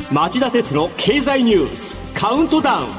町田鉄の経済ニュースカウントダウン。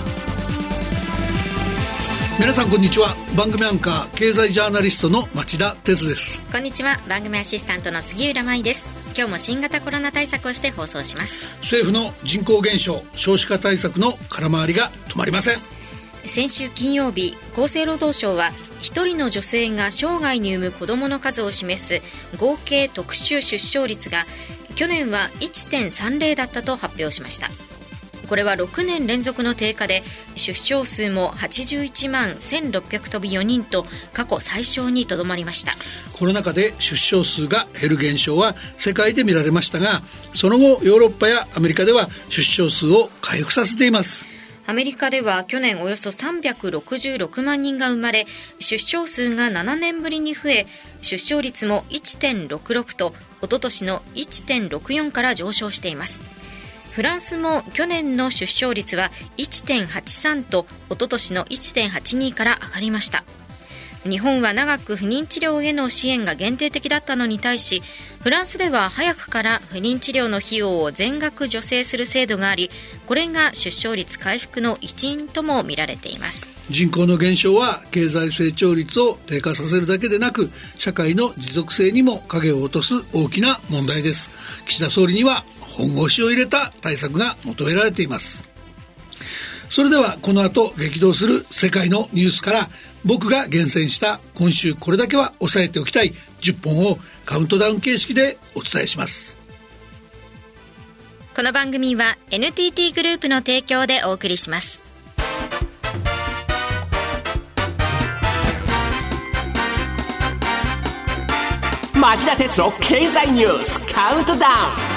皆さんこんにちは。番組アンカー経済ジャーナリストの町田鉄です。 こんにちは。番組アシスタントの杉浦舞です。今日も新型コロナ対策をして放送します。 政府の人口減少少子化対策の空回りが止まりません。 先週金曜日、厚生労働省は1人の女性が生涯に産む子どもの数を示す合計特殊出生率が去年は 1.30 だったと発表しました。これは6年連続の低下で、出生数も81万1600飛び4人と過去最小にとどまりました。 コロナ禍で出生数が減る現象は世界で見られましたが、その後ヨーロッパやアメリカでは出生数を回復させています。 アメリカでは去年およそ366万人が生まれ、出生数が7年ぶりに増え、出生率も 1.66 と一昨年の 1.64 から上昇しています。フランスも去年の出生率は 1.83 と一昨年の 1.82 から上がりました。日本は長く不妊治療への支援が限定的だったのに対し、フランスでは早くから不妊治療の費用を全額助成する制度があり、これが出生率回復の一因とも見られています。 人口の減少は経済成長率を低下させるだけでなく、社会の持続性にも影を落とす大きな問題です。岸田総理には本腰を入れた対策が求められています。それではこの後激動する世界のニュースから、僕が厳選した今週これだけは押さえておきたい10本をカウントダウン形式でお伝えします。 この番組は NTT グループの提供でお送りします。 町田鉄の経済ニュースカウントダウン。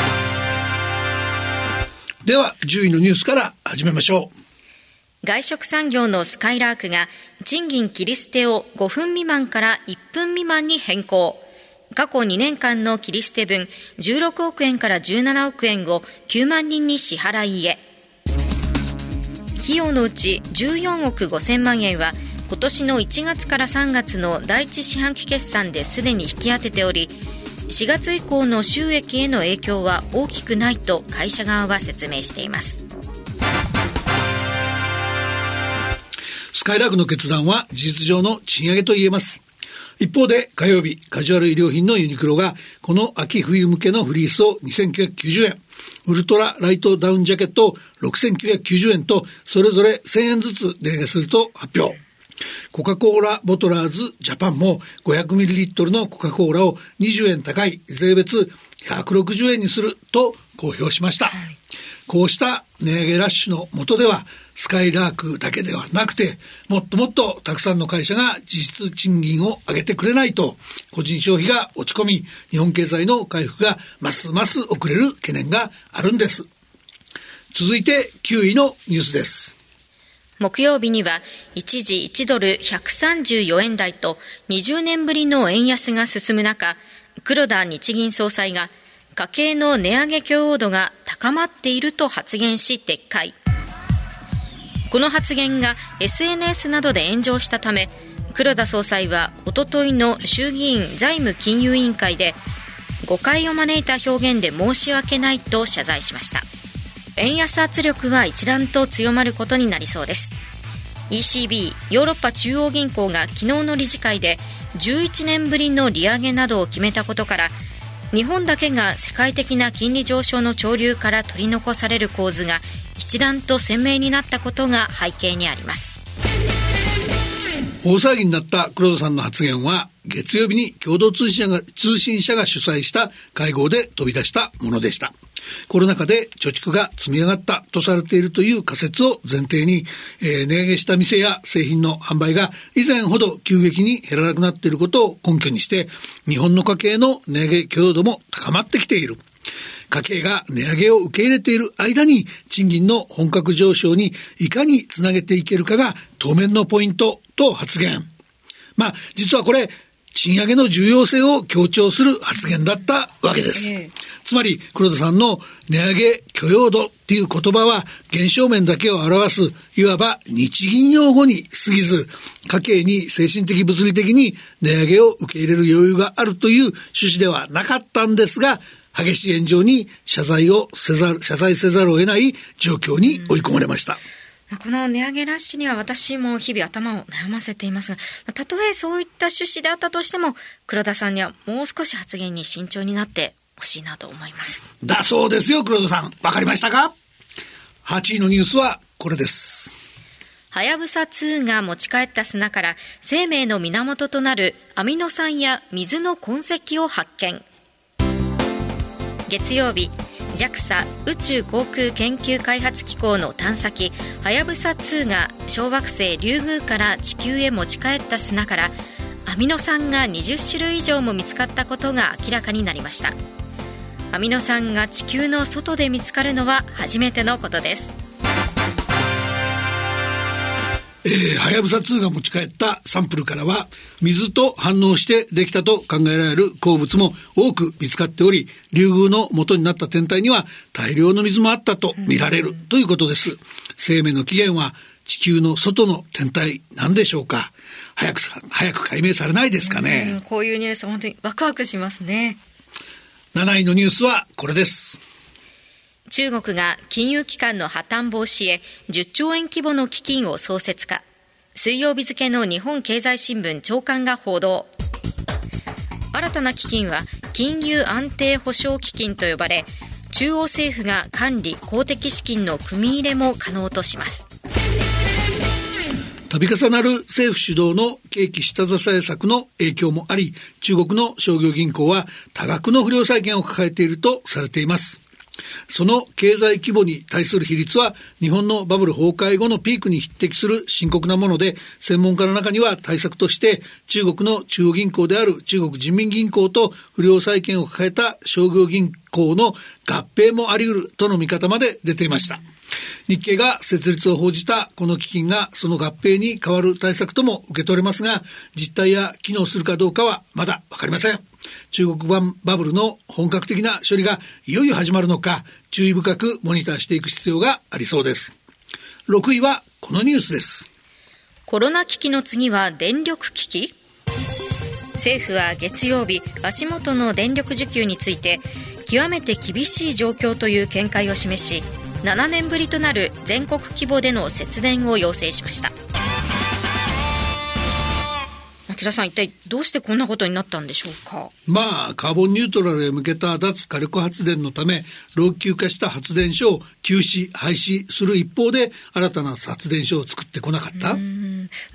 では10位のニュースから始めましょう。 外食産業のスカイラークが賃金切り捨てを5分未満から1分未満に変更。過去2年間の切り捨て分16億円から17億円を9万人に支払いへ。費用のうち14億5000万円は今年の1月から3月の第一四半期決算ですでに引き当てており、4月以降の収益への影響は大きくないと会社側は説明しています。 スカイラークの決断は事実上の賃上げと言えます。一方で火曜日、カジュアル衣料品のユニクロがこの秋冬向けのフリースを2990円、ウルトラライトダウンジャケットを6990円とそれぞれ1000円ずつ値上げすると発表。コカ・コーラボトラーズジャパンも 500ml のコカ・コーラを20円高い税別160円にすると公表しました。こうした値上げラッシュの下では、スカイラークだけではなくて、もっともっとたくさんの会社が実質賃金を上げてくれないと、個人消費が落ち込み、日本経済の回復がますます遅れる懸念があるんです。続いて9位のニュースです。 木曜日には一時1ドル134円台と20年ぶりの円安が進む中、黒田日銀総裁が家計の値上げ許容度が高まっていると発言し撤回。この発言が SNS などで炎上したため、黒田総裁はおとといの衆議院財務金融委員会で誤解を招いた表現で申し訳ないと謝罪しました。円安圧力は一段と強まることになりそうです。 ECB ヨーロッパ中央銀行が昨日の理事会で11年ぶりの利上げなどを決めたことから、日本だけが世界的な金利上昇の潮流から取り残される構図が一段と鮮明になったことが背景にあります。 大騒ぎになった黒田さんの発言は、月曜日に共同通信社が主催した会合で飛び出したものでした。コロナ禍で貯蓄が積み上がったとされているという仮説を前提に、値上げした店や製品の販売が以前ほど急激に減らなくなっていることを根拠にして、日本の家計の値上げ許容度も高まってきている。家計が値上げを受け入れている間に賃金の本格上昇にいかにつなげていけるかが当面のポイントと発言。実はこれ賃上げの重要性を強調する発言だったわけです。つまり黒田さんの値上げ許容度っていう言葉は現象面だけを表すいわば日銀用語に過ぎず、家計に精神的物理的に値上げを受け入れる余裕があるという趣旨ではなかったんですが、 激しい炎上に謝罪せざるを得ない状況に追い込まれました。 この値上げラッシュには私も日々頭を悩ませていますが、たとえそういった趣旨であったとしても、黒田さんにはもう少し発言に慎重になってほしいなと思います。 だそうですよ。黒田さん、わかりましたか？8位のニュースはこれです。 はやぶさ2が持ち帰った砂から生命の源となるアミノ酸や水の痕跡を発見。月曜日、JAXA 宇宙航空研究開発機構の探査機はやぶさ2が小惑星リュウグウから地球へ持ち帰った砂からアミノ酸が20種類以上も見つかったことが明らかになりました。アミノ酸が地球の外で見つかるのは初めてのことです。 はやぶさ2が持ち帰ったサンプルからは水と反応してできたと考えられる鉱物も多く見つかっており、リュウグウの元になった天体には大量の水もあったと見られるということです。生命の起源は地球の外の天体なんでしょうか？早く解明されないですかね。 こういうニュース本当にワクワクしますね。 7位のニュースはこれです。 中国が金融機関の破綻防止へ10兆円規模の基金を創設か。水曜日付の日本経済新聞朝刊が報道。新たな基金は金融安定保障基金と呼ばれ、中央政府が管理公的資金の組み入れも可能とします。 度重なる政府主導の景気下支え策の影響もあり、中国の商業銀行は多額の不良債権を抱えているとされています。その経済規模に対する比率は日本のバブル崩壊後のピークに匹敵する深刻なもので、専門家の中には対策として中国の中央銀行である中国人民銀行と不良債権を抱えた商業銀行の合併もあり得るとの見方まで出ていました。日経が設立を報じたこの基金がその合併に代わる対策とも受け取れますが、実態や機能するかどうかはまだ分かりません。中国版バブルの本格的な処理がいよいよ始まるのか、注意深くモニターしていく必要がありそうです。6位はこのニュースです。 コロナ危機の次は電力危機？政府は月曜日、足元の電力需給について極めて厳しい状況という見解を示し、7年ぶりとなる全国規模での節電を要請しました。町田さん、一体どうしてこんなことになったんでしょうか？ カーボンニュートラルへ向けた脱火力発電のため老朽化した発電所を休止廃止する一方で新たな発電所を作ってこなかった。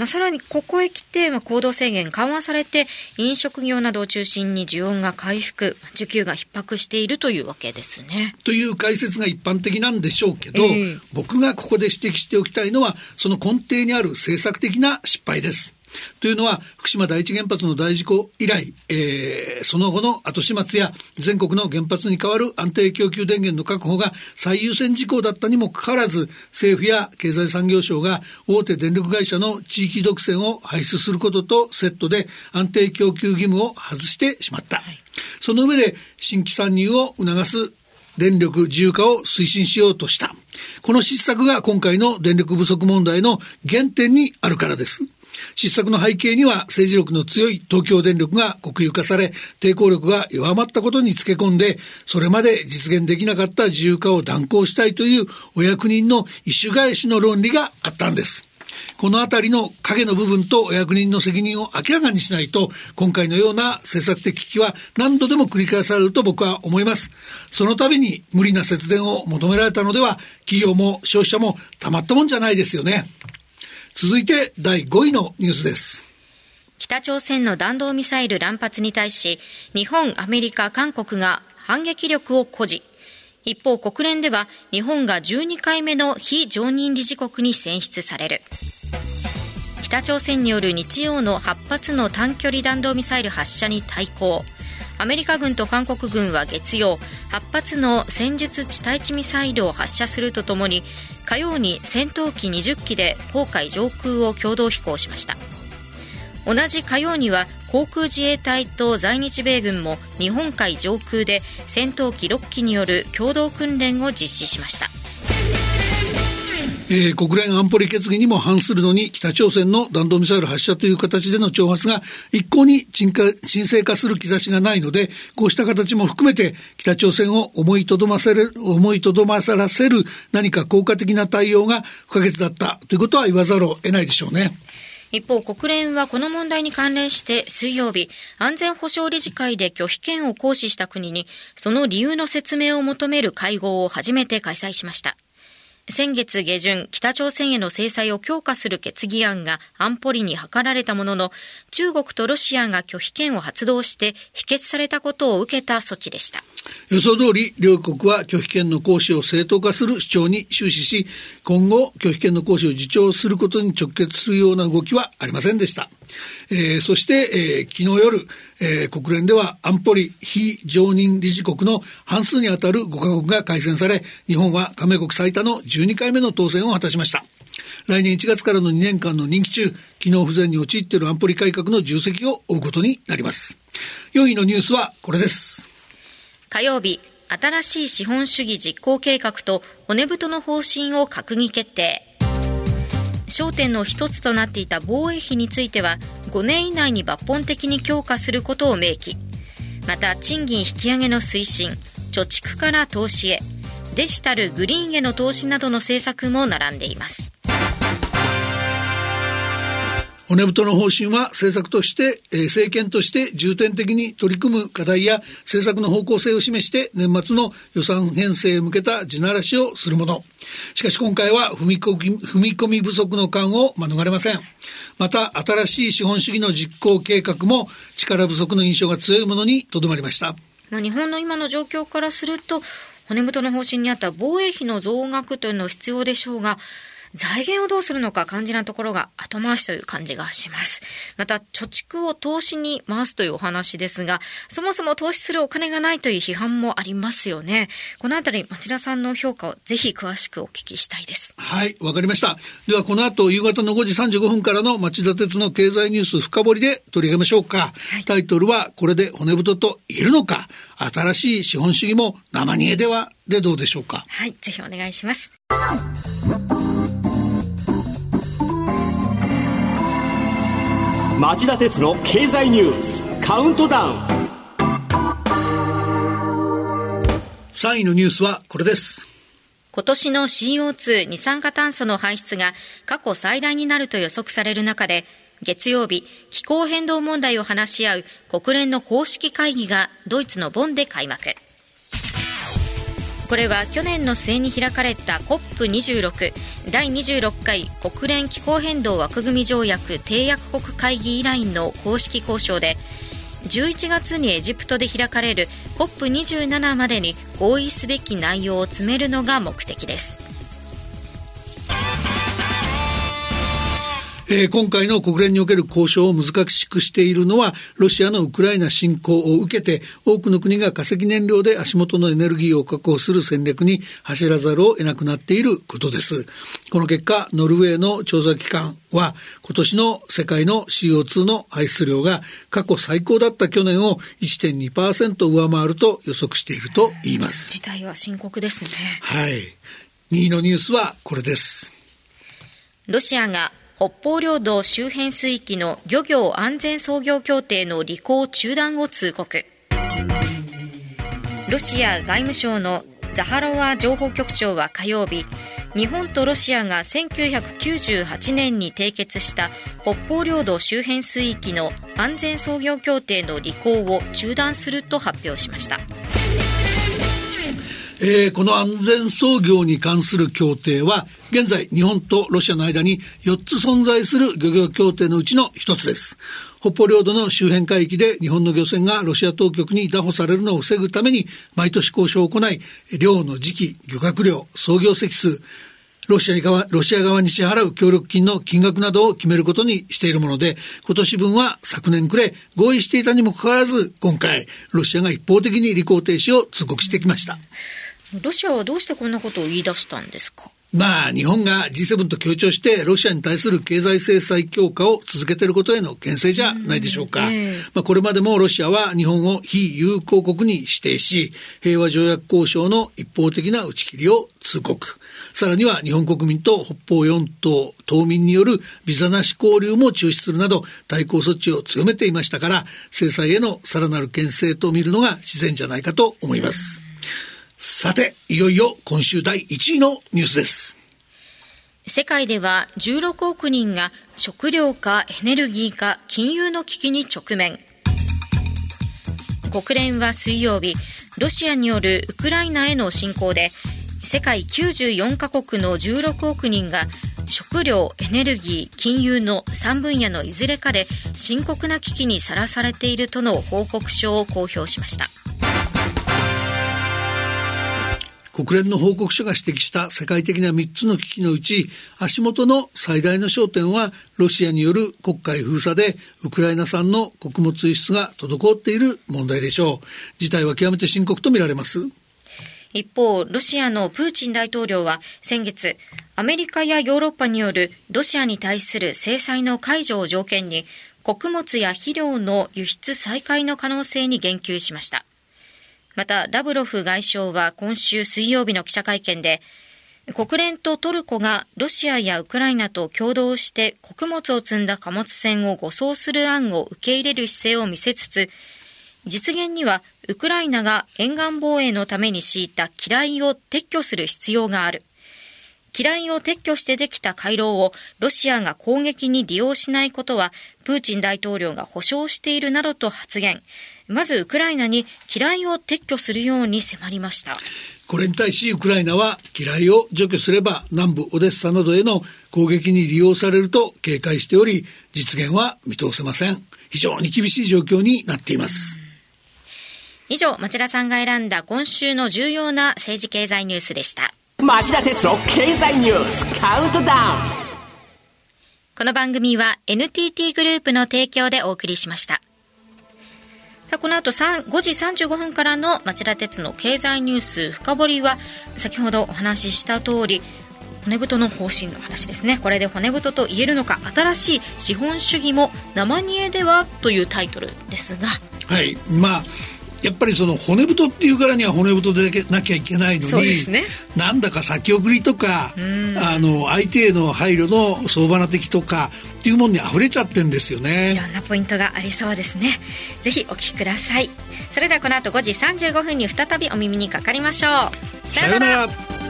さらにここへ来て、行動制限緩和されて飲食業などを中心に需要が回復、需給が逼迫しているというわけですね。 という解説が一般的なんでしょうけど、僕がここで指摘しておきたいのはその根底にある政策的な失敗です。というのは福島第一原発の大事故以来、その後の後始末や全国の原発に代わる安定供給電源の確保が最優先事項だったにもかかわらず、政府や経済産業省が大手電力会社の地域独占を廃止することとセットで安定供給義務を外してしまった。その上で新規参入を促す電力自由化を推進しようとした。この失策が今回の電力不足問題の原点にあるからです。失策の背景には政治力の強い東京電力が国有化され、抵抗力が弱まったことにつけ込んで、それまで実現できなかった自由化を断行したいというお役人の意趣返しの論理があったんです。このあたりの影の部分とお役人の責任を明らかにしないと、今回のような政策的危機は何度でも繰り返されると僕は思います。その度に無理な節電を求められたのでは、企業も消費者もたまったもんじゃないですよね。続いて第5位のニュースです。 北朝鮮の弾道ミサイル乱発に対し、日本、アメリカ、韓国が反撃力を誇示。一方、国連では日本が12回目の非常任理事国に選出される。北朝鮮による日曜の8発の短距離弾道ミサイル発射に対抗。アメリカ軍と韓国軍は月曜、8発の戦術地対地ミサイルを発射するとともに、火曜に戦闘機20機で黄海上空を共同飛行しました。同じ火曜には航空自衛隊と在日米軍も日本海上空で戦闘機6機による共同訓練を実施しました。 国連安保理決議にも反するのに北朝鮮の弾道ミサイル発射という形での挑発が一向に沈静化する兆しがないので、こうした形も含めて北朝鮮を思いとどまらせる何か効果的な対応が不可欠だったということは言わざるを得ないでしょうね。 一方、国連はこの問題に関連して水曜日、安全保障理事会で拒否権を行使した国にその理由の説明を求める会合を初めて開催しました。先月下旬、北朝鮮への制裁を強化する決議案が安保理に諮られたものの、中国とロシアが拒否権を発動して否決されたことを受けた措置でした。 予想通り両国は拒否権の行使を正当化する主張に終始し、今後拒否権の行使を自重することに直結するような動きはありませんでした。そして、昨日夜、国連では安保理非常任理事国の半数にあたる5カ国が改選され、日本は加盟国最多の12回目の当選を果たしました。来年1月からの2年間の任期中、機能不全に陥っている安保理改革の重責を負うことになります。4位のニュースはこれです。 火曜日、新しい資本主義実行計画と骨太の方針を閣議決定。焦点の一つとなっていた防衛費については5年以内に抜本的に強化することを明記。また賃金引き上げの推進、貯蓄から投資へ、デジタルグリーンへの投資などの政策も並んでいます。 骨太の方針は政権として重点的に取り組む課題や政策の方向性を示して年末の予算編成へ向けた地ならしをするもの。しかし今回は踏み込み不足の感を免れません。また新しい資本主義の実行計画も力不足の印象が強いものにとどまりました。 日本の今の状況からすると骨太の方針にあった防衛費の増額というのは必要でしょうが、財源をどうするのか肝心なところが後回しという感じがします。また貯蓄を投資に回すというお話ですが、そもそも投資するお金がないという批判もありますよね。このあたり町田さんの評価をぜひ詳しくお聞きしたいです。 はい、わかりました。ではこの後夕方の5時35分からの町田鉄の経済ニュース深掘りで取り上げましょうか。タイトルはこれで骨太と言えるのか、新しい資本主義も生煮えではでどうでしょうか。 はい、ぜひお願いします。 町田鉄の経済ニュースカウントダウン。 3位のニュースはこれです。 今年の CO2 二酸化炭素の排出が過去最大になると予測される中で、月曜日気候変動問題を話し合う国連の公式会議がドイツのボンで開幕。これは去年の末に開かれた COP26 第26回国連気候変動枠組条約締約国会議以来の公式交渉で、11月にエジプトで開かれる COP27 までに合意すべき内容を詰めるのが目的です。 今回の国連における交渉を難しくしているのは、ロシアのウクライナ侵攻を受けて多くの国が化石燃料で足元のエネルギーを確保する戦略に走らざるを得なくなっていることです。この結果、ノルウェーの調査機関は今年の世界の CO2 の排出量が過去最高だった去年を 1.2% 上回ると予測していると言います。 事態は深刻ですね。 はい。2位のニュースはこれです。 ロシアが北方領土周辺水域の漁業安全操業協定の履行中断を通告。ロシア外務省のザハロワ情報局長は火曜日、日本とロシアが1998年に締結した北方領土周辺水域の安全操業協定の履行を中断すると発表しました。 この安全操業に関する協定は現在日本とロシアの間に4つ存在する漁業協定のうちの1つです。北方領土の周辺海域で日本の漁船がロシア当局に拿捕されるのを防ぐために毎年交渉を行い、漁の時期、漁獲量、操業隻数、ロシア側に支払う協力金の金額などを決めることにしているもので、今年分は昨年暮れ合意していたにもかかわらず、今回ロシアが一方的に履行停止を通告してきました。 ロシアはどうしてこんなことを言い出したんですか。 日本が G7 と協調してロシアに対する経済制裁強化を続けていることへの牽制じゃないでしょうか。これまでもロシアは日本を非友好国に指定し、平和条約交渉の一方的な打ち切りを通告。 さらには日本国民と北方四島島民によるビザなし交流も中止するなど対抗措置を強めていましたから、制裁へのさらなる牽制と見るのが自然じゃないかと思います。さて、いよいよ今週第1位のニュースです。 世界では16億人が食料かエネルギーか金融の危機に直面。国連は水曜日、ロシアによるウクライナへの侵攻で世界94カ国の16億人が食料、エネルギー、金融の3分野のいずれかで深刻な危機にさらされているとの報告書を公表しました。 国連の報告書が指摘した世界的な3つの危機のうち、足元の最大の焦点はロシアによる黒海封鎖でウクライナ産の穀物輸出が滞っている問題でしょう。事態は極めて深刻とみられます。 一方、ロシアのプーチン大統領は先月、アメリカやヨーロッパによるロシアに対する制裁の解除を条件に穀物や肥料の輸出再開の可能性に言及しました。またラブロフ外相は今週水曜日の記者会見で、国連とトルコがロシアやウクライナと共同して穀物を積んだ貨物船を護送する案を受け入れる姿勢を見せつつ、実現にはウクライナが沿岸防衛のために敷いた機雷を撤去する必要がある。機雷を撤去してできた回廊をロシアが攻撃に利用しないことはプーチン大統領が保証しているなどと発言。まずウクライナに機雷を撤去するように迫りました。 これに対しウクライナは、機雷を除去すれば南部オデッサなどへの攻撃に利用されると警戒しており、実現は見通せません。非常に厳しい状況になっています。 以上、町田さんが選んだ今週の重要な政治経済ニュースでした。 町田哲郎経済ニュースカウントダウン。 この番組は NTT グループの提供でお送りしました。さあ、この後5時35分からの町田鉄の経済ニュース深掘りは、先ほどお話しした通り骨太の方針の話ですね。これで骨太と言えるのか、新しい資本主義も生煮えではというタイトルですが、 はい、やっぱりその骨太っていうからには骨太でなきゃいけないのに、 そうですね、 なんだか先送りとか相手への配慮の相場な的とかっていうものに溢れちゃってんですよね。 いろんなポイントがありそうですね。ぜひお聞きください。それではこの後5時35分に再びお耳にかかりましょう。 さようなら。